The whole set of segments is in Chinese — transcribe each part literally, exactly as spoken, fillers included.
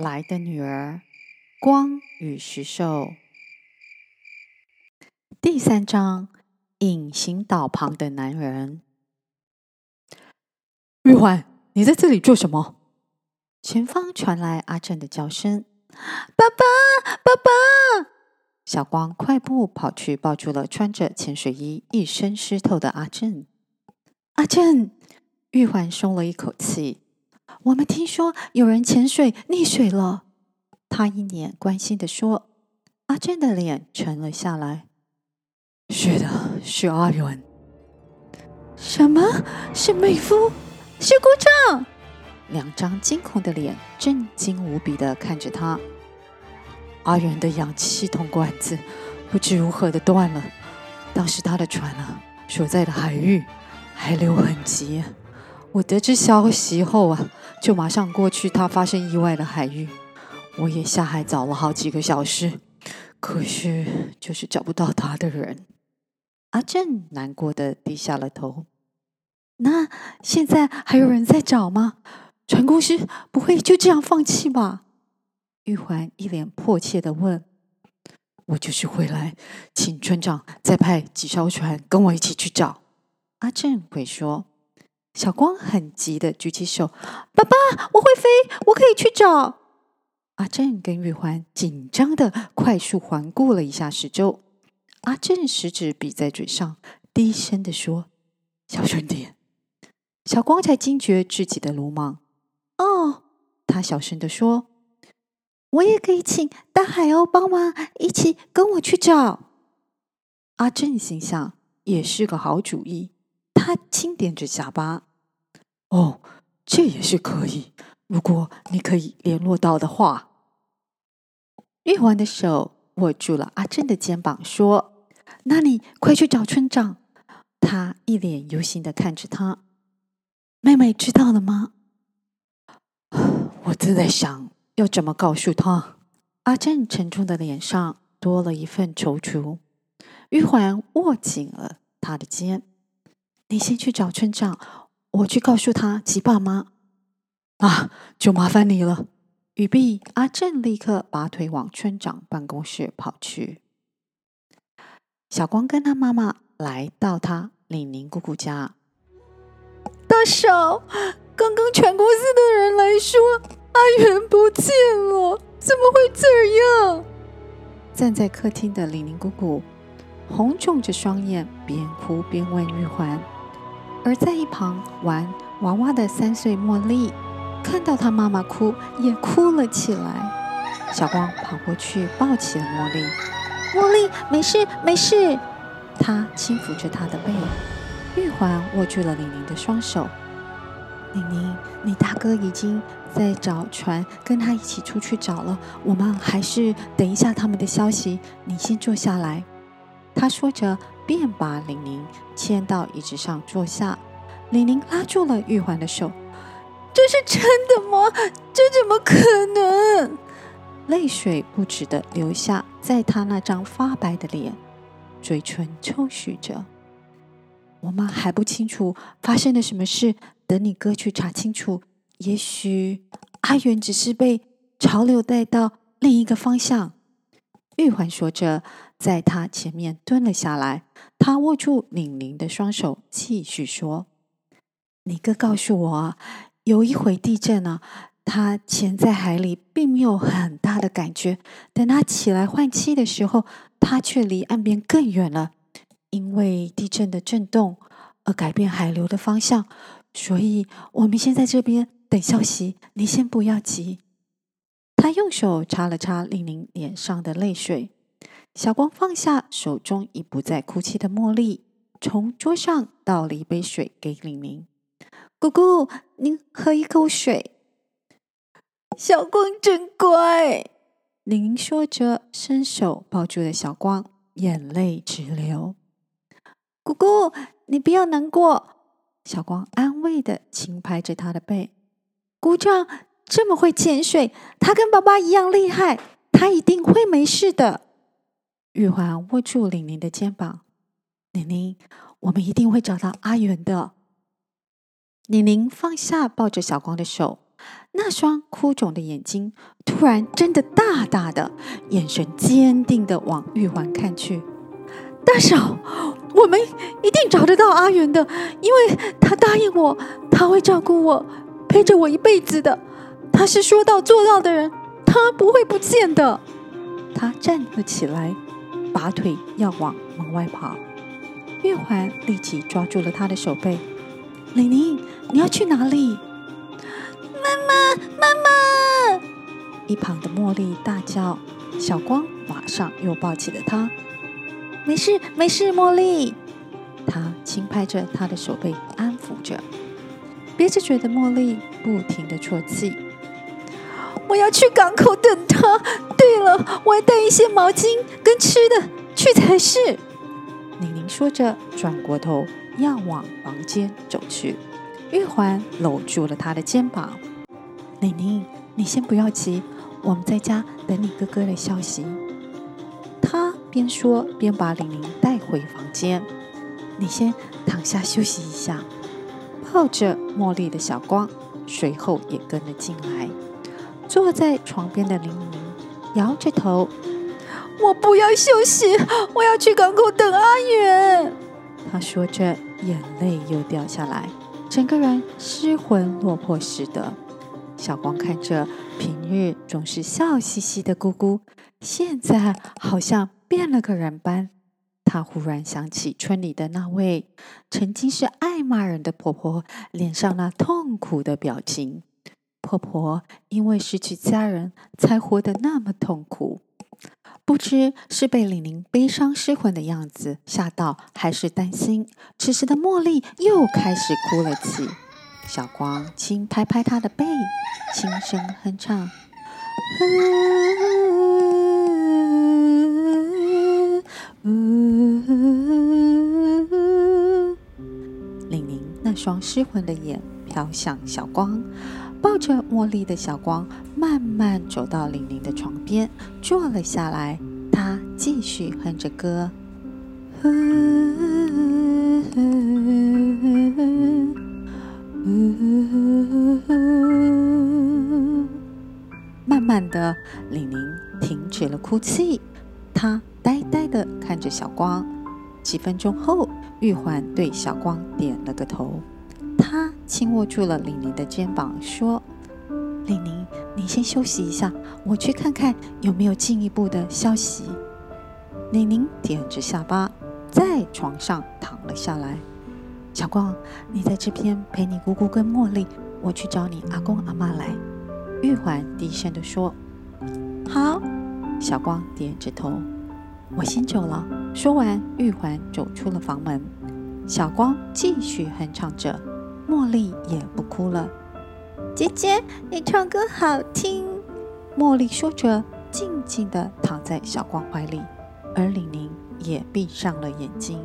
来的女儿，光与石兽。第三章，隐形岛旁的男人。玉环，你在这里做什么？前方传来阿正的叫声：“爸爸，爸爸！”小光快步跑去抱住了穿着潜水衣、一身湿透的阿正。阿正，玉环松了一口气。我们听说有人潜水溺水了，他一脸关心地说。阿正的脸沉了下来。是的，是阿元。什么？是妹夫？是姑丈？两张惊恐的脸震惊无比地看着他。阿元的氧气系统管子不知如何的断了，当时他的船啊所在的海域还留痕迹。我得知消息后啊，就马上过去他发生意外的海域。我也下海找了好几个小时，可是就是找不到他的人。阿正难过的低下了头。那现在还有人在找吗？船公司不会就这样放弃吧？玉环一脸迫切的问。我就是回来请村长再派几艘船跟我一起去找。阿正会说。小光很急的举起手，爸爸，我会飞，我可以去找。阿正跟玉环紧张的快速环顾了一下四周。阿正食指比在嘴上，低声的说：“小声点。”小光才惊觉自己的鲁莽。哦，他小声的说：“我也可以请大海鸥帮忙，一起跟我去找。”阿正心想，也是个好主意。他轻点着下巴。哦，这也是可以，如果你可以联络到的话。玉环的手握住了阿正的肩膀，说：“那你快去找村长。”他一脸忧心的看着他。妹妹知道了吗？我正在想要怎么告诉他。阿正沉重的脸上多了一份踌躇。玉环握紧了他的肩。你先去找村长，我去告诉他及爸妈。啊，就麻烦你了。语毕，阿正立刻拔腿往村长办公室跑去。小光跟他妈妈来到他李宁姑姑家。大嫂，刚刚船公司的人来说阿元不见了，怎么会这样？站在客厅的李宁姑姑红肿着双眼，边哭边问玉环。而在一旁玩娃娃的三岁茉莉看到她妈妈哭，也哭了起来。小光跑过去抱起了茉莉。茉莉，没事没事。她轻抚着她的背。玉环握住了玲玲的双手。玲玲，你大哥已经在找船，跟他一起出去找了，我们还是等一下他们的消息，你先坐下来。他说着便把玲玲牵到椅子上坐下。玲玲拉住了玉环的手。这是真的吗？这怎么可能？泪水不止的流下在她那张发白的脸，嘴唇抽搐着。我们还不清楚发生了什么事，等你哥去查清楚，也许阿元只是被潮流带到另一个方向。玉环说着，在他前面蹲了下来。他握住玲玲的双手，继续说：“你哥告诉我啊，有一回地震啊，他潜在海里并没有很大的感觉，等他起来换气的时候，他却离岸边更远了。因为地震的震动而改变海流的方向，所以我们先在这边等消息，你先不要急。”他用手擦了擦玲玲脸上的泪水。小光放下手中已不再哭泣的茉莉，从桌上倒了一杯水给玲玲。姑姑，您喝一口水。小光真乖。玲玲说着，伸手抱住了小光，眼泪直流。姑姑，你不要难过。小光安慰的轻拍着他的背。姑丈这么会潜水，他跟爸爸一样厉害，他一定会没事的。玉环握住玲玲的肩膀。玲玲，我们一定会找到阿元的。玲玲放下抱着小光的手。 那双哭肿的眼睛突然睁得大大的，眼神坚定地往玉环看去。大嫂，我们一定找得到阿元的，因为他答应我，他会照顾我，陪着我一辈子的。他是说到做到的人，他不会不见的。他站了起来，拔腿要往门外跑。玉环立即抓住了他的手背。玲玲，你要去哪里？妈妈，妈妈！一旁的茉莉大叫。小光马上又抱起了她。没事，没事，茉莉。他轻拍着她的手背，安抚着。憋着嘴的茉莉不停地啜泣。我要去港口等他。对了，我要带一些毛巾跟吃的去才是。玲玲说着，转过头要往房间走去。玉环搂住了她的肩膀。玲玲，你先不要急，我们在家等你哥哥的消息。他边说边把玲玲带回房间。你先躺下休息一下。抱着茉莉的小光随后也跟了进来。坐在床边的玲玲摇着头，我不要休息，我要去港口等阿远。她说着，眼泪又掉下来，整个人失魂落魄似的。小光看着平日总是笑嘻嘻的姑姑，现在好像变了个人般。她忽然想起村里的那位曾经是爱骂人的婆婆脸上那痛苦的表情。婆婆因为失去家人才活得那么痛苦，不知是被玲玲悲伤失魂的样子吓到，还是担心。此时的茉莉又开始哭了起。小光轻拍拍她的背，轻声哼唱。玲玲那双失魂的眼飘向小光，抱着茉莉的小光慢慢走到玲玲的床边，坐了下来。她继续哼着歌。慢慢的，玲玲停止了哭泣，她呆呆地看着小光。几分钟后，玉环对小光点了个头，她轻握住了玲玲的肩膀，说：玲玲，你先休息一下，我去看看有没有进一步的消息。玲玲点着下巴，在床上躺了下来。小光，你在这边陪你姑姑跟茉莉，我去找你阿公阿嬷来。玉环低声地说。好。小光点着头。我先走了。说完，玉环走出了房门。小光继续哼唱着，茉莉也不哭了。姐姐，你唱歌好听。茉莉说着，静静地躺在小光怀里，而玲玲也闭上了眼睛。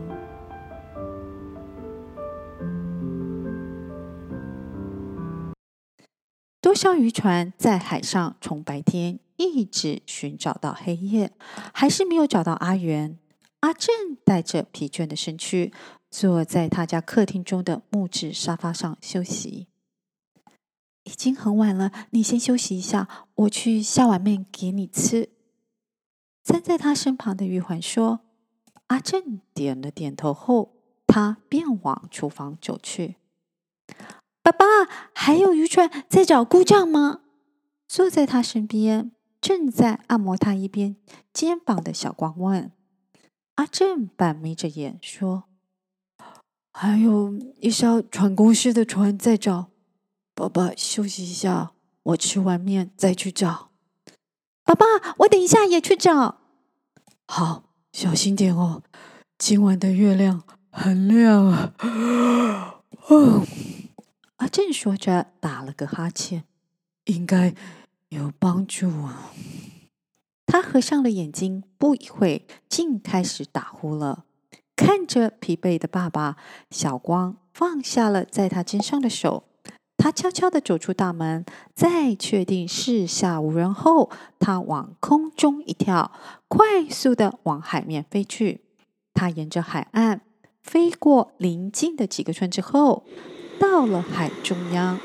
多艘渔船在海上，从白天一直寻找到黑夜，还是没有找到阿元。阿正带着疲倦的身躯，坐在他家客厅中的木质沙发上休息。已经很晚了，你先休息一下，我去下碗面给你吃。站在他身旁的玉环说。阿正点了点头后，他便往厨房走去。爸爸，还有渔船在找姑丈吗？坐在他身边，正在按摩他一边肩膀的小光问。阿正半眯着眼说：还有一艘船公司的船在找，爸爸休息一下，我吃完面再去找。爸爸，我等一下也去找。好，小心点哦，今晚的月亮很亮啊。哦，阿正说着打了个哈欠，应该有帮助啊。他合上了眼睛，不一会竟开始打呼了。看着疲惫的爸爸，小光放下了在他肩上的手。他悄悄地走出大门，在确定四下无人后，他往空中一跳，快速地往海面飞去。他沿着海岸飞过邻近的几个村之后，到了海中央。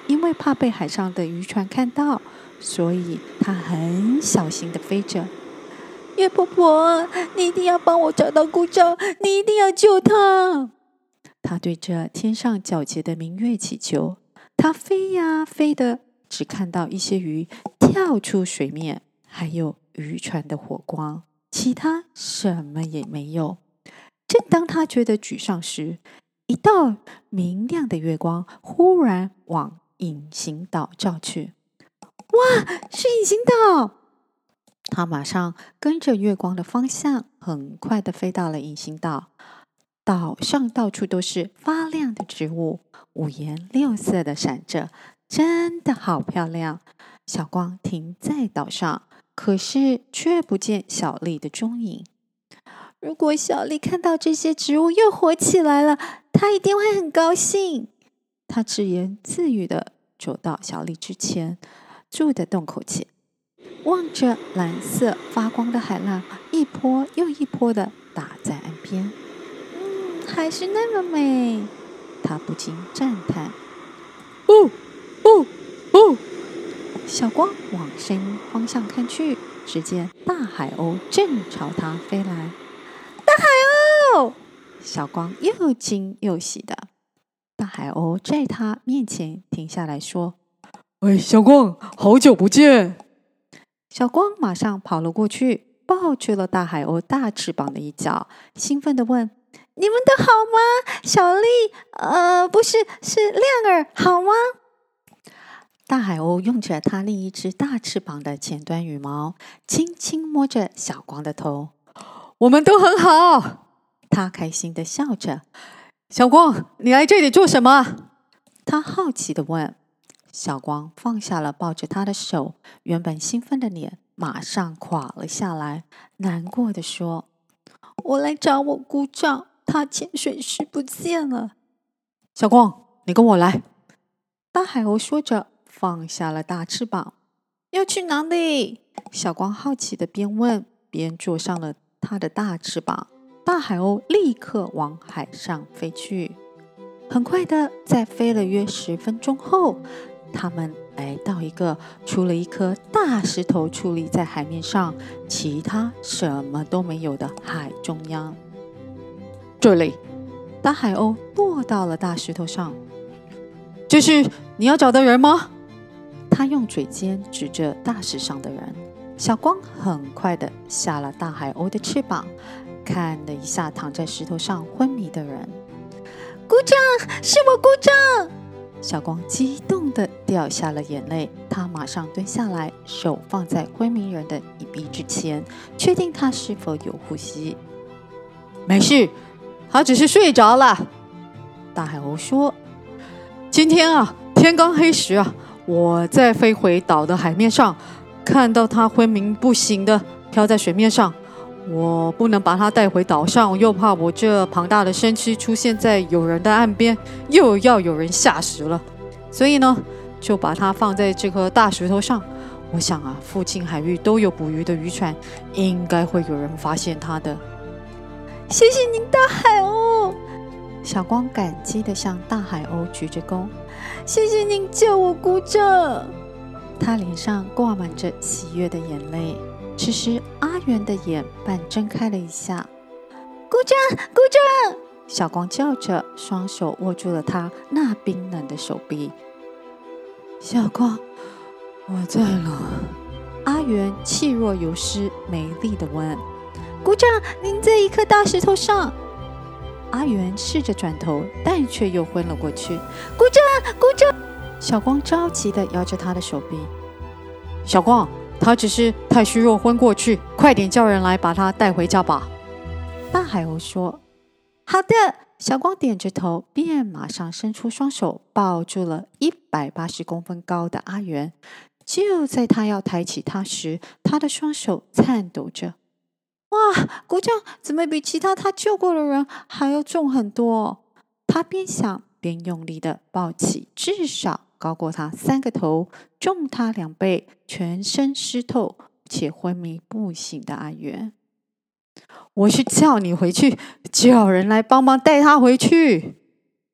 因为怕被海上的渔船看到，所以他很小心地飞着。月婆婆，你一定要帮我找到姑丈，你一定要救他。他对着天上皎洁的明月祈求。他飞呀飞的，只看到一些鱼跳出水面，还有渔船的火光，其他什么也没有。正当他觉得沮丧时，一道明亮的月光忽然往隐形岛照去。哇，是隐形岛！他马上跟着月光的方向，很快的飞到了隐形岛。岛上到处都是发亮的植物，五颜六色的闪着，真的好漂亮。小光停在岛上，可是却不见小丽的踪影。如果小丽看到这些植物又活起来了，她一定会很高兴。她自言自语的走到小丽之前，住的洞口前，望着蓝色发光的海浪，一波又一波的打在岸边。嗯，还是那么美。她不禁赞叹。哦哦哦！小光往声音方向看去，只见大海鸥正朝他飞来。大海鸥！小光又惊又喜的。大海鸥在他面前停下来说：“哎，小光，好久不见！”小光马上跑了过去，抱住了大海鸥大翅膀的一角，兴奋地问：“你们都好吗？小丽，呃，不是，是亮儿，好吗？”大海鸥用着它另一只大翅膀的前端羽毛，轻轻摸着小光的头。“我们都很好。”他开心地笑着。“小光，你来这里做什么？”他好奇地问。小光放下了抱着他的手，原本兴奋的脸马上垮了下来，难过地说：“我来找我姑丈，他潜水时不见了。”“小光，你跟我来。”大海鸥说着放下了大翅膀。“要去哪里？”小光好奇的边问边坐上了他的大翅膀。大海鸥立刻往海上飞去。很快的，在飞了约十分钟后，他们来到一个除了一颗大石头矗立在海面上，其他什么都没有的海中央。这里，大海鸥落到了大石头上。“这是你要找的人吗？”他用嘴尖指着大石上的人。小光很快的下了大海鸥的翅膀，看了一下躺在石头上昏迷的人。“姑丈，是我姑丈！”小光激动的掉下了眼泪。他马上蹲下来，手放在昏迷人的鼻鼻之前，确定他是否有呼吸。“没事，他只是睡着了。”大海鸥说。“今天啊，天刚黑时啊，我在飞回岛的海面上，看到他昏迷不醒的飘在水面上。我不能把他带回岛上，又怕我这庞大的身躯出现在有人的岸边，又要有人下石了，所以呢，就把它放在这颗大石头上。我想啊，附近海域都有捕鱼的渔船，应该会有人发现它的。”“谢谢您，大海鸥！”小光感激地向大海鸥鞠着躬。“谢谢您救我姑丈！”他脸上挂满着喜悦的眼泪。此时，阿元的眼半睁开了一下。“姑丈，姑丈！”小光叫着，双手握住了他那冰冷的手臂。“小光，我在了。”阿元气若游丝，没力地问。“姑丈，您在一颗大石头上。”阿元试着转头，但却又昏了过去。“姑丈，姑丈！”小光着急地摇着他的手臂。“小光，他只是太虚弱昏过去，快点叫人来把他带回家吧。”大海鸥说。“好的。”小光点着头，便马上伸出双手抱住了一百八十公分高的阿元。就在他要抬起他时，他的双手颤抖着。“哇，姑丈怎么比其他他救过的人还要重很多？”他边想边用力的抱起至少高过他三个头、重他两倍、全身湿透且昏迷不醒的阿元。“我是叫你回去，叫人来帮忙带他回去。”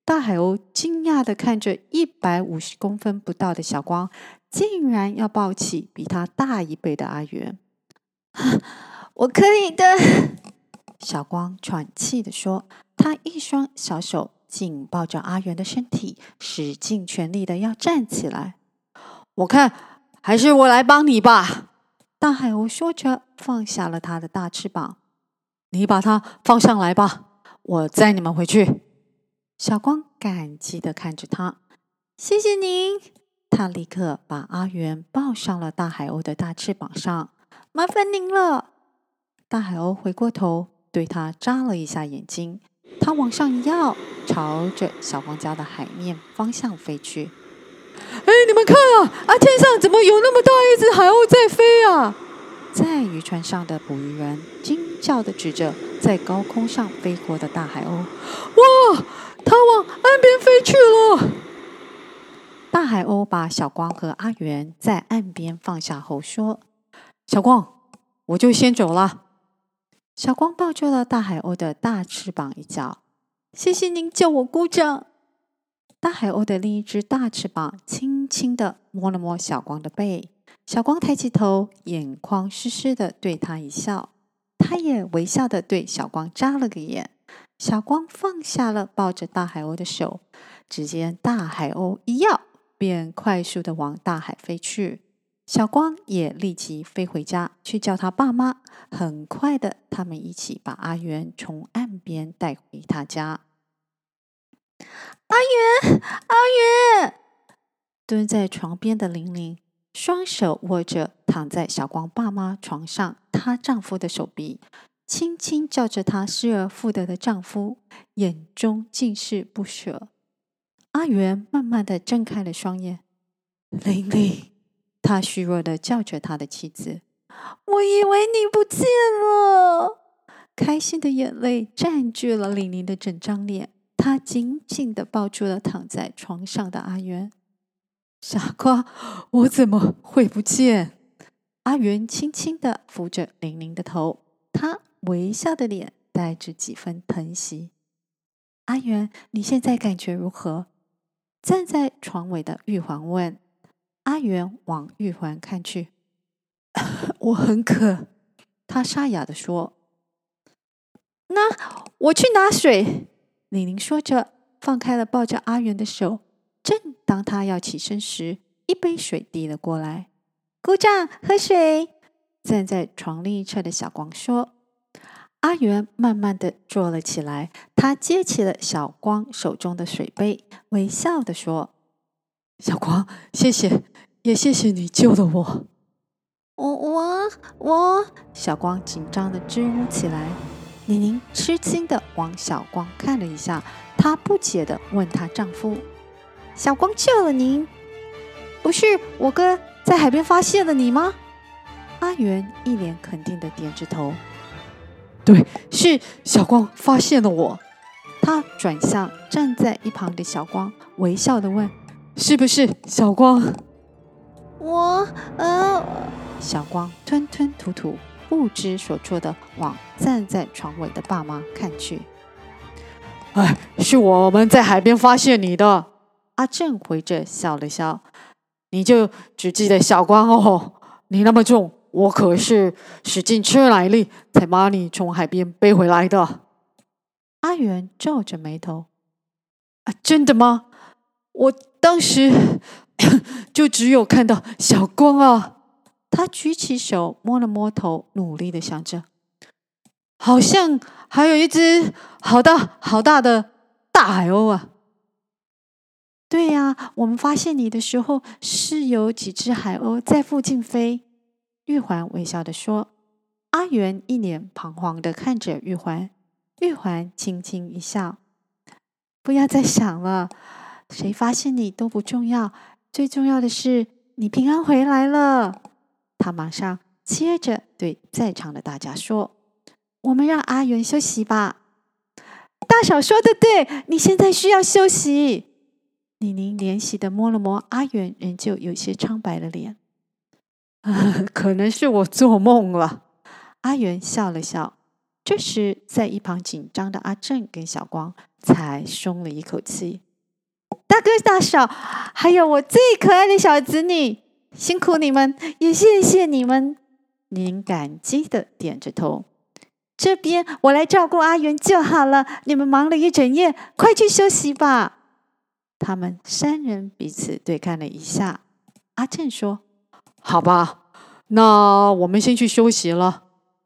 大海鸥惊讶地看着一百五十公分不到的小光，竟然要抱起比他大一倍的阿元。我可以的，小光喘气地说。他一双小手紧抱着阿元的身体，使尽全力的要站起来。我看还是我来帮你吧。大海鸥说着，放下了他的大翅膀。你把它放上来吧，我载你们回去。小光感激地看着他。谢谢您。他立刻把阿元抱上了大海鸥的大翅膀上。麻烦您了。大海鸥回过头，对他眨了一下眼睛。他往上一跃，朝着小光家的海面方向飞去。哎，你们看啊，啊，天上怎么有那么大一只海鸥在飞啊？在渔船上的捕鱼人惊叫地指着在高空上飞过的大海鸥。哇，它往岸边飞去了！大海鸥把小光和阿元在岸边放下后说：小光，我就先走了。小光抱住了大海鸥的大翅膀一角。谢谢您叫我鼓掌。大海鸥的另一只大翅膀轻轻地摸了摸小光的背。小光抬起头，眼眶湿湿的对他一笑。他也微笑的对小光眨了个眼。小光放下了抱着大海鸥的手。只见大海鸥一跃，便快速的往大海飞去。小光也立即飞回家去叫他爸妈。很快的，他们一起把阿元从岸边带回他家。阿元，阿元！蹲在床边的玲玲，双手握着躺在小光爸妈床上她丈夫的手臂，轻轻叫着她失而复得的丈夫，眼中尽是不舍。阿元慢慢的睁开了双眼。玲玲，他虚弱的叫着他的妻子。我以为你不见了。开心的眼泪占据了玲玲的整张脸，她紧紧的抱住了躺在床上的阿元。傻瓜，我怎么会不见？阿元轻轻的扶着玲玲的头，他微笑的脸带着几分疼惜。阿元，你现在感觉如何？站在床尾的玉环问。阿元往玉环看去。我很渴，他沙哑地说。那我去拿水。玲玲说着，放开了抱着阿元的手。正当他要起身时，一杯水递了过来。鼓掌，喝水。站在床另一侧的小光说。阿元慢慢的坐了起来，他接起了小光手中的水杯，微笑地说：小光，谢谢，也谢谢你救了我。我我我，小光紧张的支吾起来。玲玲吃惊的往小光看了一下，她不解的问她丈夫：小光救了您？不是我哥在海边发现了你吗？阿元一脸肯定的点着头。对，是小光发现了我。他转向站在一旁的小光，微笑的问：是不是小光？我呃小光吞吞吐吐，不知所措的往站在床尾的爸妈看去。哎，是我们在海边发现你的。阿正回着笑了笑。你就只记得小光哦，你那么重，我可是使劲吃奶力才把你从海边背回来的。阿元皱着眉头。啊，真的吗？我当时就只有看到小光啊。他举起手摸了摸头，努力的想着，好像还有一只好大好大的大海鸥啊。对呀、啊，我们发现你的时候是有几只海鸥在附近飞。玉环微笑的说。阿元一脸彷徨的看着玉环。玉环轻轻一笑，不要再想了，谁发现你都不重要，最重要的是你平安回来了。他马上接着对在场的大家说：我们让阿元休息吧。大嫂说的对，你现在需要休息。李宁怜惜的摸了摸阿元仍旧有些苍白的脸。呃、可能是我做梦了。阿元笑了笑。这时在一旁紧张的阿正跟小光才松了一口气。大哥大嫂，还有我最可爱的小子女，辛苦你们，也谢谢你们。您感激的点着头。这边我来照顾阿元就好了，你们忙了一整夜，快去休息吧。他们三人彼此对看了一下。阿正说：好吧，那我们先去休息了。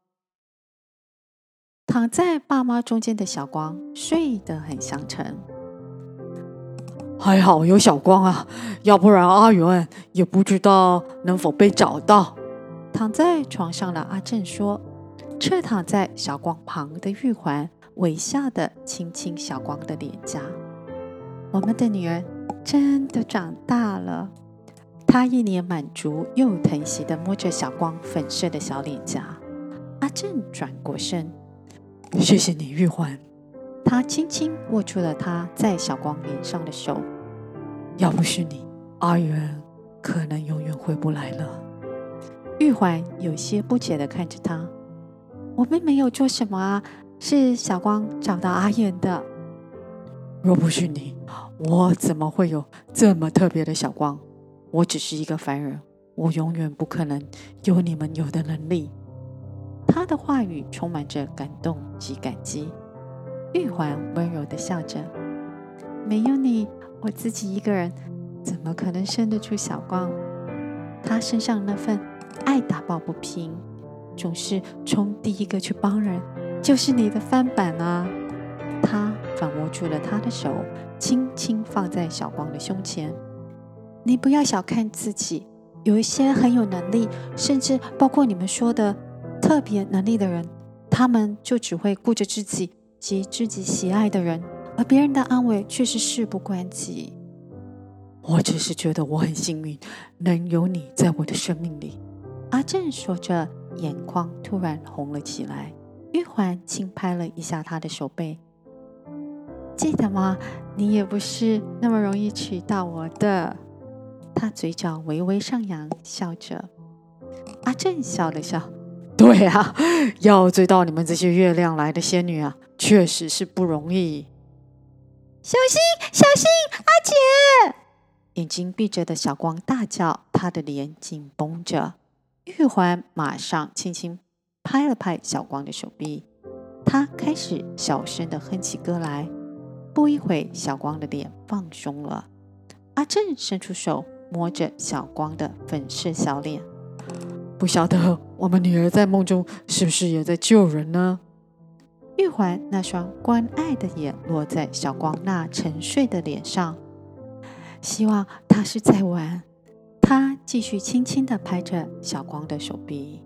躺在爸妈中间的小光睡得很香沉。还好有小光啊，要不然阿元也不知道能否被找到。躺在床上的阿正说。侧躺在小光旁的玉环微笑的亲亲小光的脸颊。我们的女儿真的长大了。她一脸满足又疼惜的摸着小光粉色的小脸颊。阿正转过身，谢谢你玉环。他轻轻握住了她在小光脸上的手。要不是你，阿元可能永远回不来了。玉环有些不解地看着他。我并没有做什么啊，是小光找到阿元的。若不是你，我怎么会有这么特别的小光？我只是一个凡人，我永远不可能有你们有的能力。他的话语充满着感动及感激。玉环温柔地笑着，没有你，我自己一个人怎么可能生得出小光？他身上那份爱打抱不平，总是冲第一个去帮人，就是你的翻版啊。他反握住了他的手，轻轻放在小光的胸前。你不要小看自己，有一些很有能力，甚至包括你们说的特别能力的人，他们就只会顾着自己及自己喜爱的人，而别人的安危却是事不关己。我只是觉得我很幸运，能有你在我的生命里。阿正说着，眼眶突然红了起来。玉环轻拍了一下他的手背，记得吗？你也不是那么容易娶到我的。他嘴角微微上扬，笑着。阿正笑了笑，对啊，要追到你们这些月亮来的仙女啊，确实是不容易。小心小心，阿姐！眼睛闭着的小光大叫，他的脸紧绷着。玉环马上轻轻拍了拍小光的手臂，他开始小声的哼起歌来。不一会，小光的脸放松了。阿正伸出手摸着小光的粉色小脸，不晓得我们女儿在梦中是不是也在救人呢？玉环那双关爱的眼落在小光那沉睡的脸上，希望他是在玩。他继续轻轻地拍着小光的手臂。